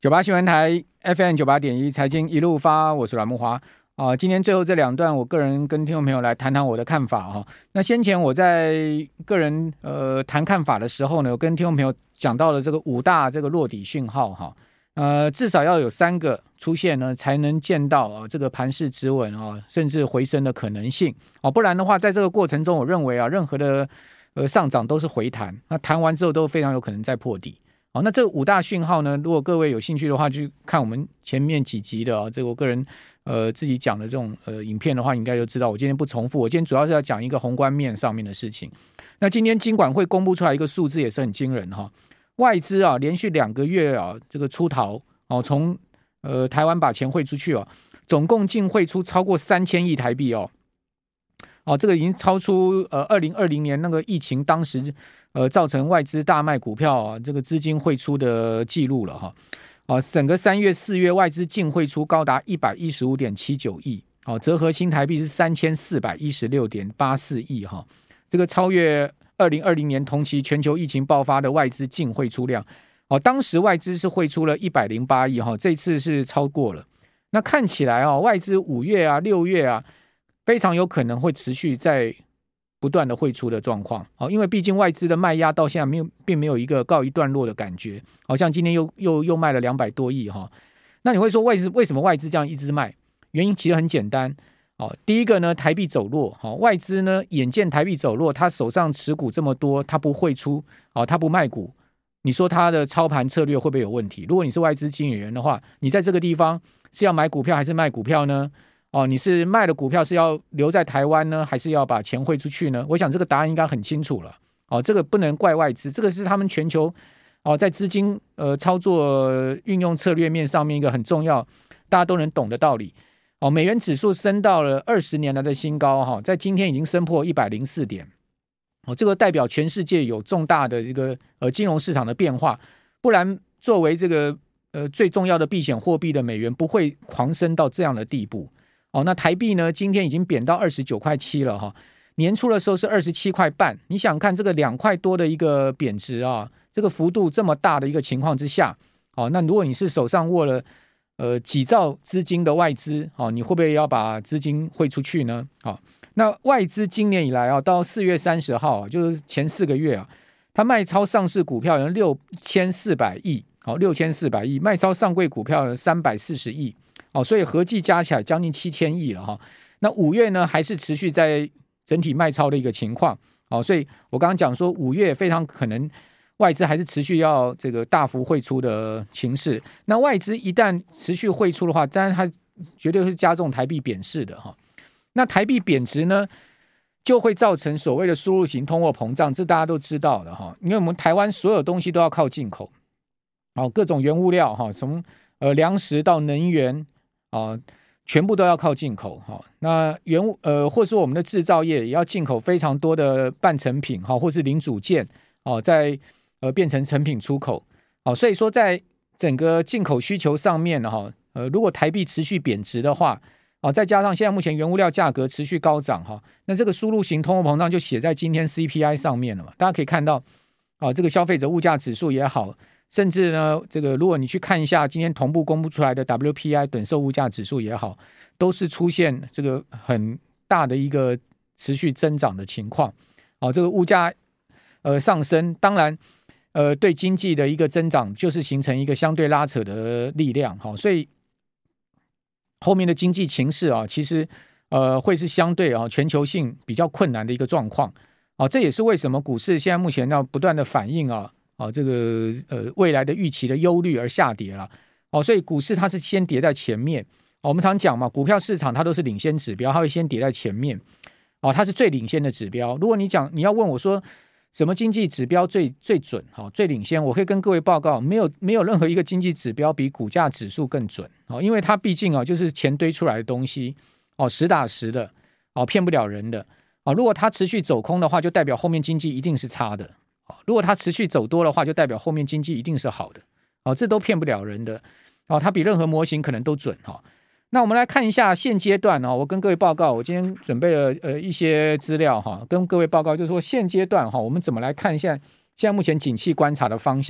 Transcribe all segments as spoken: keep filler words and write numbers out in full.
九八新闻台 F M 九八点一财经一路发，我是阮慕骅啊。今天最后这两段，我个人跟听众朋友来谈谈我的看法哈、哦。那先前我在个人呃谈看法的时候呢，我跟听众朋友讲到了这个五大这个落底讯号哈、哦，呃，至少要有三个出现呢，才能见到啊、哦、这个盘势止稳啊、哦，甚至回升的可能性哦。不然的话，在这个过程中，我认为啊，任何的呃上涨都是回弹，那弹完之后都非常有可能再破底。好，那这五大讯号呢？如果各位有兴趣的话，就看我们前面几集的啊，这个我个人呃自己讲的这种呃影片的话，应该就知道。我今天不重复，我今天主要是要讲一个宏观面上面的事情。那今天金管会公布出来一个数字也是很惊人哈，外资啊连续两个月啊这个出逃哦，从呃台湾把钱汇出去哦，总共净汇出超过三千亿台币哦。哦，这个已经超出呃二零二零年那个疫情当时呃造成外资大卖股票啊，这个资金汇出的记录了哈。哦，整个三月四月外资净汇出高达一百一十五点七九亿，哦，折合新台币是三千四百一十六点八四亿哈，这个超越二零二零年同期全球疫情爆发的外资净汇出量。哦，当时外资是汇出了一百零八亿哈，这次是超过了。那看起来哦，外资五月啊、六月啊。非常有可能会持续在不断的汇出的状况，因为毕竟外资的卖压到现在没有并没有一个告一段落的感觉，好像今天又又又卖了两百多亿哈。那你会说为为什么外资这样一直卖？原因其实很简单哦。第一个呢，台币走弱，外资呢眼见台币走弱，他手上持股这么多，他不汇出哦，他不卖股，你说他的操盘策略会不会有问题？如果你是外资经理人的话，你在这个地方是要买股票还是卖股票呢？哦，你是卖了股票是要留在台湾呢，还是要把钱汇出去呢？我想这个答案应该很清楚了。哦，这个不能怪外资，这个是他们全球哦在资金呃操作运用策略面上面一个很重要，大家都能懂的道理。哦，美元指数升到了二十年来的新高哈、哦，在今天已经升破一百零四点。哦，这个代表全世界有重大的这个呃金融市场的变化，不然作为这个呃最重要的避险货币的美元不会狂升到这样的地步。哦，那台币呢？今天已经贬到二十九块七了哈。年初的时候是二十七块半，你想看这个两块多的一个贬值啊，这个幅度这么大的一个情况之下，哦，那如果你是手上握了呃几兆资金的外资，哦，你会不会要把资金汇出去呢？哦，那外资今年以来啊，到四月三十号、啊，就是前四个月啊，它卖超上市股票有六千四百亿，好，六千四百亿，卖超上柜股票有三百四十亿。哦，所以合计加起来将近七千亿了哈。那五月呢，还是持续在整体卖超的一个情况。哦，所以我刚刚讲说，五月非常可能外资还是持续要这个大幅汇出的情势。那外资一旦持续汇出的话，当然它绝对是加重台币贬势的哈。那台币贬值呢，就会造成所谓的输入型通货膨胀，这大家都知道的哈。因为我们台湾所有东西都要靠进口，哦，各种原物料哈，从呃粮食到能源。哦，全部都要靠进口哈、哦。那原呃，或是我们的制造业也要进口非常多的半成品哈、哦，或是零组件哦，再呃变成成品出口哦。所以说，在整个进口需求上面哈、哦，呃，如果台币持续贬值的话，哦，再加上现在目前原物料价格持续高涨哈、哦，那这个输入型通货膨胀就写在今天 C P I 上面了嘛。大家可以看到，哦，这个消费者物价指数也好。甚至呢，这个如果你去看一下今天同步公布出来的 W P I 等售物价指数也好，都是出现这个很大的一个持续增长的情况。哦，这个物价呃上升，当然呃对经济的一个增长就是形成一个相对拉扯的力量。好、哦，所以后面的经济情势啊，其实呃会是相对啊全球性比较困难的一个状况。哦，这也是为什么股市现在目前要不断的反映啊。哦，这个呃未来的预期的忧虑而下跌了，哦，所以股市它是先跌在前面。哦、我们常讲嘛，股票市场它都是领先指标，它会先跌在前面，哦，它是最领先的指标。如果你讲你要问我说什么经济指标最最准，哦，最领先，我可以跟各位报告，没有没有任何一个经济指标比股价指数更准，哦，因为它毕竟啊就是钱堆出来的东西，哦，实打实的，哦，骗不了人的，哦，如果它持续走空的话，就代表后面经济一定是差的。如果它持续走多的话，就代表后面经济一定是好的，哦，这都骗不了人的，哦，它比任何模型可能都准哈、哦。那我们来看一下现阶段哦，我跟各位报告，我今天准备了呃一些资料哈、哦，跟各位报告就是说现阶段哈、哦，我们怎么来看一下现在目前景气观察的方向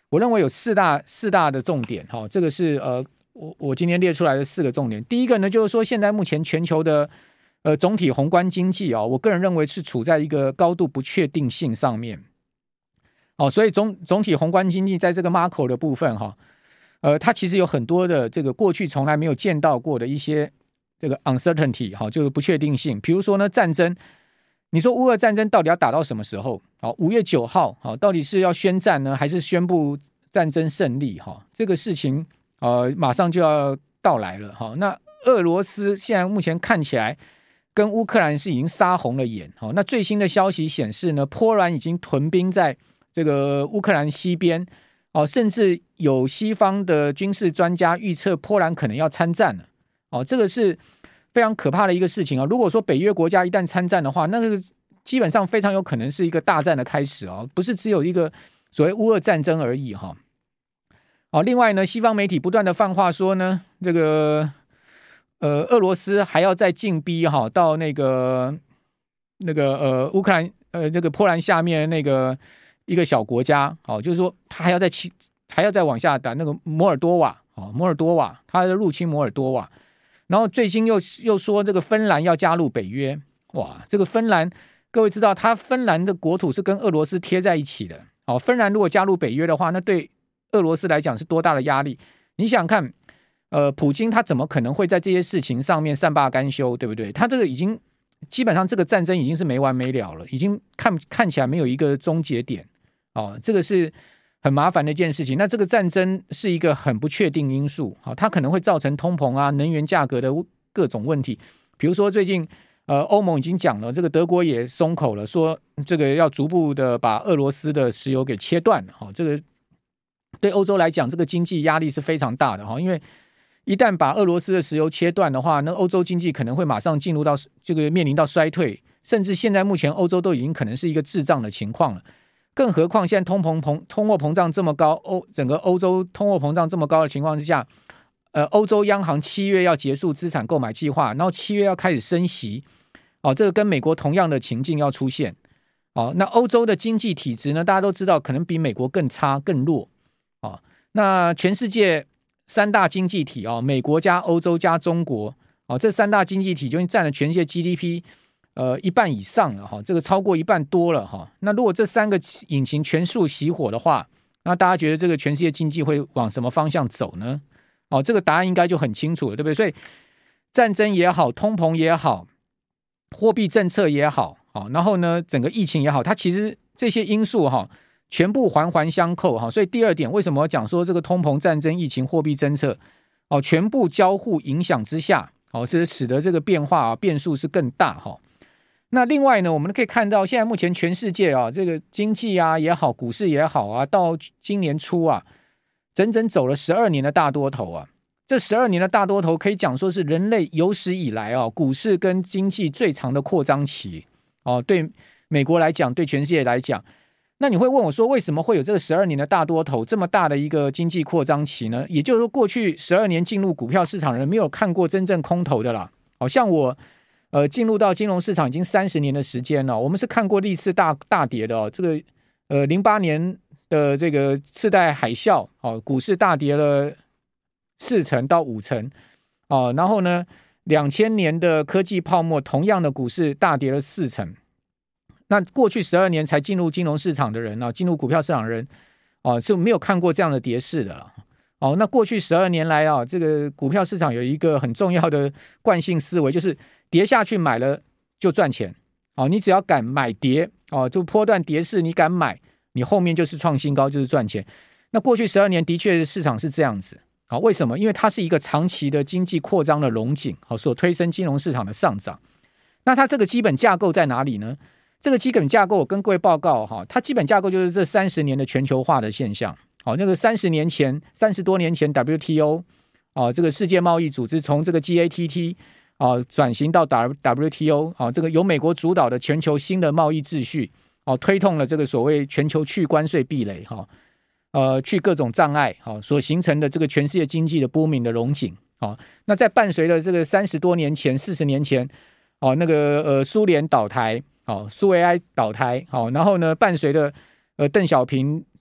我认为有四大四大的重点哈，这个是呃我我今天列出来的四个重点。第一个呢，就是说现在目前全球的呃总体宏观经济啊、哦，我个人认为是处在一个高度不确定性上面。哦，所以总总体宏观经济在这个 macro 的部分哈、哦，呃，它其实有很多的这个过去从来没有见到过的一些这个 uncertainty 哈、哦，就是不确定性。比如说呢，战争。你说乌俄战争到底要打到什么时候？好，五月九号，好，到底是要宣战呢，还是宣布战争胜利？哈，这个事情呃马上就要到来了。哈，那俄罗斯现在目前看起来跟乌克兰是已经杀红了眼。好，那最新的消息显示呢，波兰已经屯兵在这个乌克兰西边，哦，甚至有西方的军事专家预测波兰可能要参战了。哦，这个是非常可怕的一个事情啊！如果说北约国家一旦参战的话，那个基本上非常有可能是一个大战的开始啊，不是只有一个所谓乌俄战争而已哈。哦，另外呢，西方媒体不断的放话说呢，这个呃俄罗斯还要再进逼哈到那个那个呃乌克兰呃这个波兰下面那个一个小国家，哦，就是说他还要再还要再往下打那个摩尔多瓦，哦，摩尔多瓦，他要入侵摩尔多瓦。然后最新又又说这个芬兰要加入北约，哇，这个芬兰各位知道，它芬兰的国土是跟俄罗斯贴在一起的，哦，芬兰如果加入北约的话，那对俄罗斯来讲是多大的压力？你想想看，呃，普京他怎么可能会在这些事情上面善罢甘休，对不对？他这个已经基本上这个战争已经是没完没了了，已经看看起来没有一个终结点，哦，这个是很麻烦的一件事情。那这个战争是一个很不确定因素，好，它可能会造成通膨啊、能源价格的各种问题。比如说最近呃，欧盟已经讲了，这个德国也松口了，说这个要逐步的把俄罗斯的石油给切断。好，这个对欧洲来讲，这个经济压力是非常大的哈，因为一旦把俄罗斯的石油切断的话，那欧洲经济可能会马上进入到这个面临到衰退，甚至现在目前欧洲都已经可能是一个滞胀的情况了。更何况现在通膨膨通货膨胀这么高，欧整个欧洲通货膨胀这么高的情况之下，呃，欧洲央行七月要结束资产购买计划，然后七月要开始升息，哦，这个跟美国同样的情境要出现，哦，那欧洲的经济体质呢，大家都知道可能比美国更差更弱，哦，那全世界三大经济体哦，美国加欧洲加中国，哦，这三大经济体就已经占了全世界 G D P。呃，一半以上了哈，这个超过一半多了哈。那如果这三个引擎全数熄火的话，那大家觉得这个全世界经济会往什么方向走呢？哦，这个答案应该就很清楚了，对不对？所以战争也好，通膨也好，货币政策也好，好，然后呢，整个疫情也好，它其实这些因素哈，全部环环相扣哈。所以第二点，为什么我讲说这个通膨、战争、疫情、货币政策哦，全部交互影响之下，哦，是使得这个变化啊变数是更大哈。那另外呢，我们可以看到，现在目前全世界啊，这个经济啊也好，股市也好啊，到今年初啊，整整走了十二年的大多头啊。这十二年的大多头可以讲说是人类有史以来啊，股市跟经济最长的扩张期哦。对美国来讲，对全世界来讲，那你会问我说，为什么会有这个十二年的大多头这么大的一个经济扩张期呢？也就是说，过去十二年进入股票市场的人没有看过真正空头的啦。好像我。呃，进入到金融市场已经三十年的时间了，我们是看过历次大大跌的哦。这个呃，零八年的这个次贷海啸，哦，股市大跌了四成到五成，哦，然后呢，两千年的科技泡沫，同样的股市大跌了四成。那过去十二年才进入金融市场的人啊，进入股票市场的人，哦，是没有看过这样的跌势的了。哦，那过去十二年来啊，这个股票市场有一个很重要的惯性思维，就是跌下去买了就赚钱。哦，你只要敢买跌，哦，就波段跌势你敢买，你后面就是创新高，就是赚钱。那过去十二年的确市场是这样子。好，为什么？因为它是一个长期的经济扩张的龙井，好，所推升金融市场的上涨。那它这个基本架构在哪里呢？这个基本架构我跟各位报告哈，它基本架构就是这三十年的全球化的现象。好，那个三十年前，三十多年前 W T O 哦，这个世界贸易组织从这个 G A T T 哦转型到 W T O 哦，这个由美国主导的全球新的贸易秩序哦，推动了这个所谓全球去关税壁垒哈，呃，去各种障碍好，所形成的这个全世界经济的波名的龙井哦。那在伴随了这个三十多年前、四十年前哦，那个呃苏联倒台哦，苏维埃倒台哦，然后呢，伴随着呃邓小平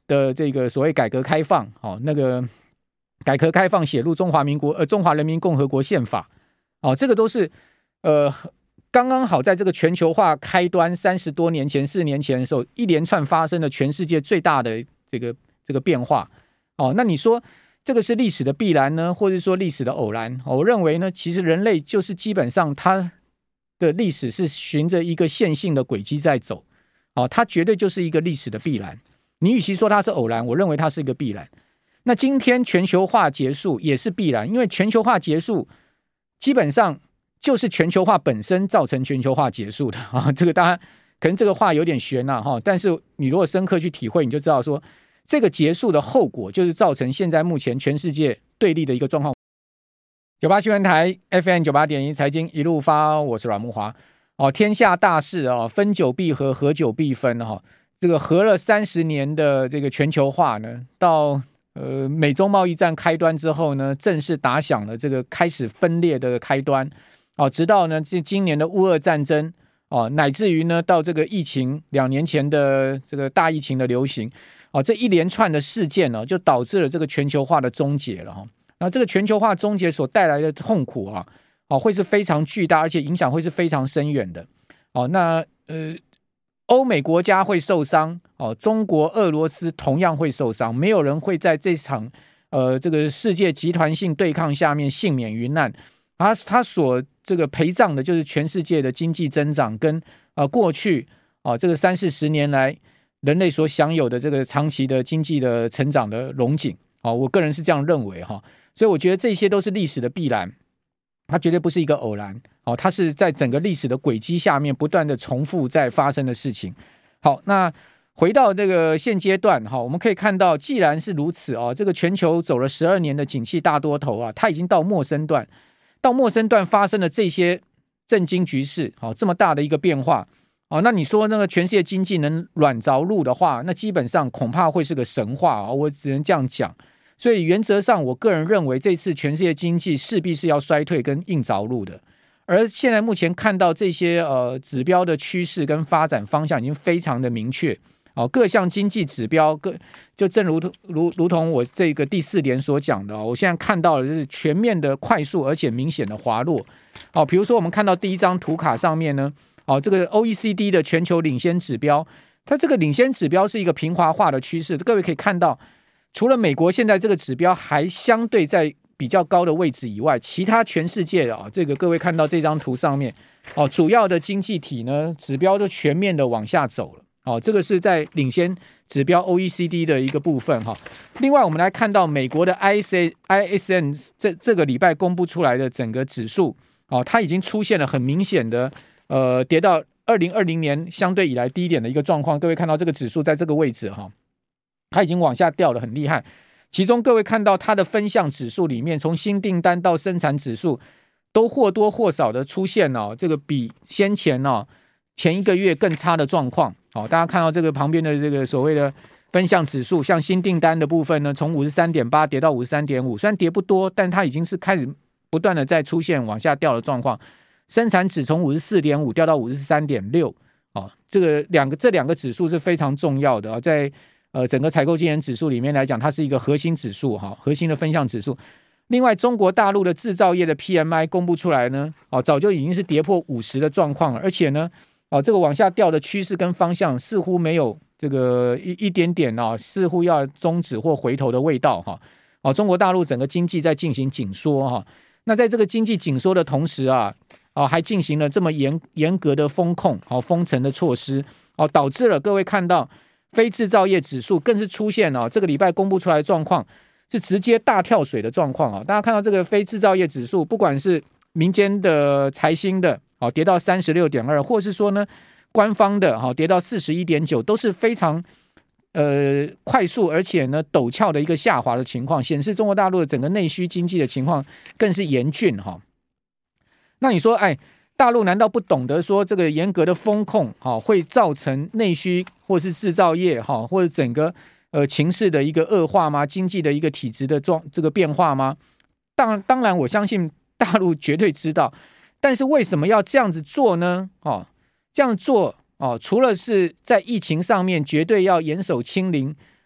的这个所谓改革开放，哦，那个改革开放写入中华民国呃中华人民共和国宪法，哦，这个都是呃刚刚好在这个全球化开端三十多年前、四十年前的时候，一连串发生的全世界最大的这个这个变化，哦，那你说这个是历史的必然呢，或者说历史的偶然？哦，我认为呢，其实人类就是基本上它的历史是循着一个线性的轨迹在走，哦，它绝对就是一个历史的必然。你与其说它是偶然，我认为它是一个必然。那今天全球化结束也是必然，因为全球化结束基本上就是全球化本身造成全球化结束的啊。这个当然可能这个话有点悬啊，哈，但是你如果深刻去体会，你就知道说这个结束的后果就是造成现在目前全世界对立的一个状况。九八新闻台 F M 九八点一财经一路发，我是阮慕骅。哦，天下大事哦，分久必合，合久必分哈、哦。这个合了三十年的这个全球化呢，到呃美中贸易战开端之后呢，正式打响了这个开始分裂的开端。哦，直到呢这今年的乌俄战争哦，乃至于呢到这个疫情两年前的这个大疫情的流行哦，这一连串的事件呢、哦，就导致了这个全球化的终结了哈、哦。那这个全球化终结所带来的痛苦啊，哦会是非常巨大，而且影响会是非常深远的。哦，那呃。欧美国家会受伤，哦，中国、俄罗斯同样会受伤，没有人会在这场呃这个世界集团性对抗下面幸免于难。他他所这个陪葬的就是全世界的经济增长跟呃过去啊、哦、这个三四十年来人类所享有的这个长期的经济的成长的荣景。哦，我个人是这样认为哈、哦，所以我觉得这些都是历史的必然。它绝对不是一个偶然，哦，它是在整个历史的轨迹下面不断的重复在发生的事情。好，那回到这个现阶段，哈，我们可以看到，既然是如此哦，这个全球走了十二年的景气大多头啊，它已经到末升段，到末升段发生了这些震惊局势，好，这么大的一个变化，哦，那你说那个全世界经济能软着陆的话，那基本上恐怕会是个神话啊，我只能这样讲。所以原则上我个人认为这次全世界经济势必是要衰退跟硬着陆的，而现在目前看到这些呃指标的趋势跟发展方向已经非常的明确，哦，各项经济指标各就正如如如同我这个第四点所讲的、哦、我现在看到的就是全面的快速而且明显的滑落，哦，比如说我们看到第一张图卡上面呢，哦，这个 O E C D 的全球领先指标，它这个领先指标是一个平滑化的趋势，各位可以看到除了美国现在这个指标还相对在比较高的位置以外，其他全世界啊、哦，这个各位看到这张图上面哦，主要的经济体呢指标都全面的往下走了，哦，这个是在领先指标 O E C D 的一个部分哈、哦。另外我们来看到美国的 I S M 这这个礼拜公布出来的整个指数哦，它已经出现了很明显的呃跌到二零二零年相对以来低点的一个状况，各位看到这个指数在这个位置哈、哦。它已经往下掉了很厉害，其中各位看到它的分项指数里面，从新订单到生产指数都或多或少的出现哦，这个比先前哦前一个月更差的状况。哦，大家看到这个旁边的这个所谓的分项指数，像新订单的部分呢，从 五十三点八 跌到 五十三点五， 虽然跌不多，但它已经是开始不断的在出现往下掉的状况。生产指从 五十四点五 掉到 五十三点六， 哦，这个两个这两个指数是非常重要的、哦、在呃，整个采购经理指数里面来讲，它是一个核心指数哈，核心的分项指数。另外，中国大陆的制造业的 P M I 公布出来呢，哦，早就已经是跌破五十的状况了，而且呢，哦，这个往下掉的趋势跟方向似乎没有这个一一点点哦，似乎要终止或回头的味道哈。哦，中国大陆整个经济在进行紧缩哈。那在这个经济紧缩的同时啊，哦，还进行了这么严严格的风控、哦封城的措施，哦，导致了各位看到。非制造业指数更是出现哦，这个礼拜公布出来的状况是直接大跳水的状况啊！大家看到这个非制造业指数，不管是民间的财新的哦跌到 三十六点二， 或是说呢官方的哈、哦、跌到 四十一点九， 都是非常呃快速而且呢陡峭的一个下滑的情况，显示中国大陆的整个内需经济的情况更是严峻哈、哦。那你说哎？大陆难道不懂得说这个严格的风控、哦、会造成内需或是制造业、哦、或者整个呃情势的一个恶化吗？经济的一个体质的状这个变化吗？当当然我相信大陆绝对知道，但是为什么要这样子做呢？哦，这样做哦，除了是在疫情上面绝对要严守清零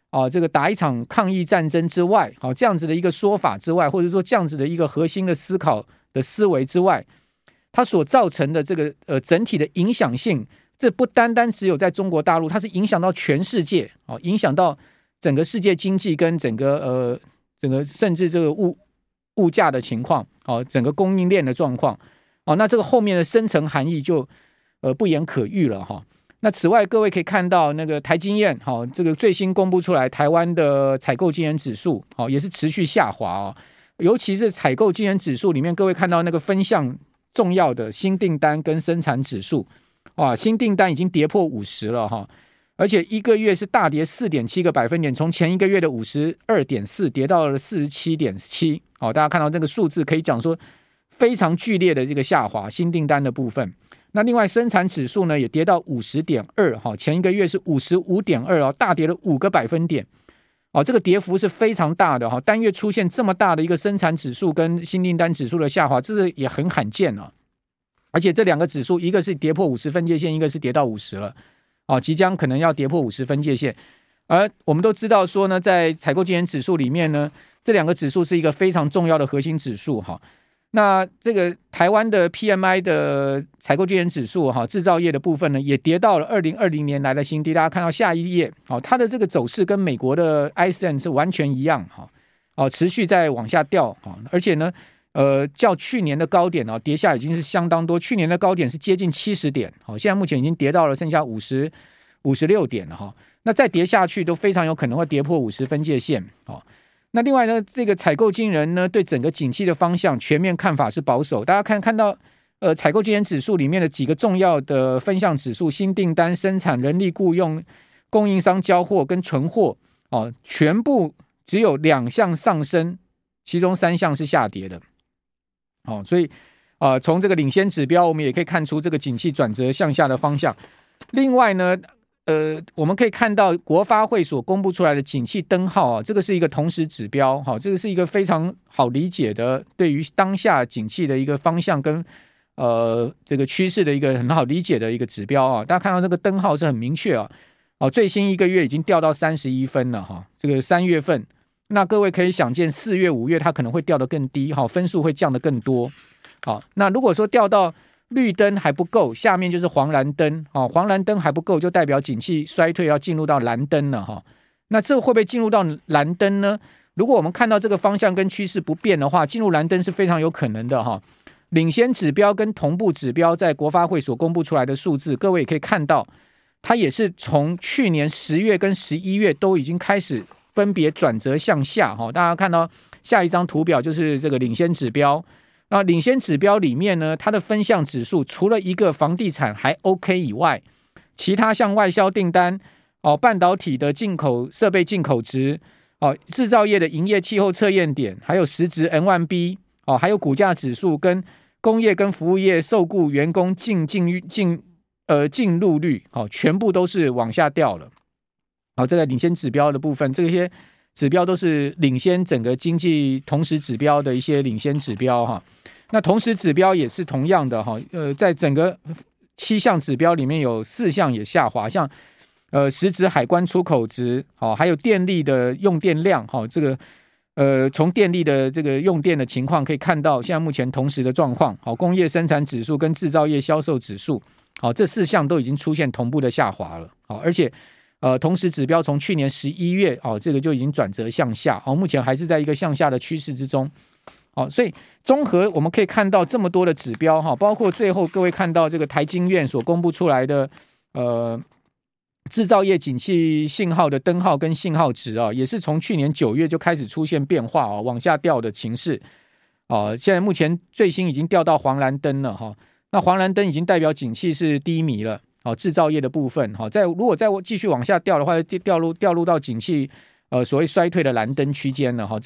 啊，这个打一场抗疫战争之外，好、啊、这样子的一个说法之外，或者说这样子的一个核心的思考的思维之外，它所造成的这个呃整体的影响性，这不单单只有在中国大陆，它是影响到全世界，啊，影响到整个世界经济跟整个呃整个甚至这个物物价的情况，啊，整个供应链的状况，啊，那这个后面的深层含义就呃不言可喻了哈。那此外，各位可以看到那个台经验，好，这个最新公布出来，台湾的采购经验指数，好，也是持续下滑哦。尤其是采购经验指数里面，各位看到那个分项重要的新订单跟生产指数，哇，新订单已经跌破五十了哈，而且一个月是大跌 四点七 个百分点，从前一个月的 五十二点四 跌到了 四十七点七，好，大家看到这个数字可以讲说非常剧烈的这个下滑，新订单的部分。那另外生产指数呢也跌到 五十点二， 前一个月是 五十五点二， 哦，大跌了五个百分点，哦，这个跌幅是非常大的，单月出现这么大的一个生产指数跟新订单指数的下滑，这是也很罕见了。而且这两个指数一个是跌破五十分界线，一个是跌到五十了，哦，即将可能要跌破五十分界线。而我们都知道说呢，在采购经验指数里面呢，这两个指数是一个非常重要的核心指数哈。那这个台湾的 P M I 的采购经验指数哈，制造业的部分呢，也跌到了二零二零年来的新低。大家看到下一页，好，它的这个走势跟美国的 I S M 是完全一样哈，哦，持续在往下掉哈，而且呢，呃，较去年的高点哦，跌下已经是相当多。去年的高点是接近七十点，好，现在目前已经跌到了剩下五十五十六点了哈。那再跌下去都非常有可能会跌破五十分界线，好。那另外呢，这个采购经人呢，对整个景气的方向全面看法是保守。大家看看到，呃，采购经验指数里面的几个重要的分项指数，新订单、生产、人力雇用、供应商交货跟存货，哦，全部只有两项上升，其中三项是下跌的。哦，所以，呃，从这个领先指标，我们也可以看出这个景气转折向下的方向。另外呢，呃，我们可以看到国发会所公布出来的景气灯号啊，这个是一个同时指标，好，这个是一个非常好理解的，对于当下景气的一个方向跟呃这个趋势的一个很好理解的一个指标啊。大家看到这个灯号是很明确啊，哦，最新一个月已经掉到三十一分了哈，这个三月份，那各位可以想见，四月、五月它可能会掉得更低，好，分数会降得更多，好，那如果说掉到绿灯还不够，下面就是黄蓝灯，哦，黄蓝灯还不够，就代表景气衰退要进入到蓝灯了哈。那这会不会进入到蓝灯呢？如果我们看到这个方向跟趋势不变的话，进入蓝灯是非常有可能的哈。领先指标跟同步指标在国发会所公布出来的数字，各位也可以看到，它也是从去年十月跟十一月都已经开始分别转折向下哈。大家看到下一张图表就是这个领先指标。那领先指标里面呢，它的分项指数除了一个房地产还 OK 以外，其他像外销订单、哦、半导体的进口设备进口值、哦、制造业的营业气候测验点，还有实质 N 一 B、哦、还有股价指数跟工业跟服务业受雇员工进进进呃进入率、哦、全部都是往下掉了。好，这个领先指标的部分，这些指标都是领先整个经济同时指标的一些领先指标哈。那同时指标也是同样的哈，呃，在整个七项指标里面有四项也下滑，像呃实质海关出口值，好，还有电力的用电量，好，这个呃从电力的这个用电的情况可以看到，现在目前同时的状况，好，工业生产指数跟制造业销售指数，好，这四项都已经出现同步的下滑了，好，而且呃同时指标从去年十一月，哦，这个就已经转折向下，好，目前还是在一个向下的趋势之中。好，所以综合我们可以看到这么多的指标哈，包括最后各位看到这个台经院所公布出来的呃制造业景气信号的灯号跟信号值啊，也是从去年九月就开始出现变化啊，往下掉的情势啊，现在目前最新已经掉到黄蓝灯了哈，那黄蓝灯已经代表景气是低迷了，好，制造业的部分好，在如果再继续往下掉的话，掉入掉入到景气呃所谓衰退的蓝灯区间了哈，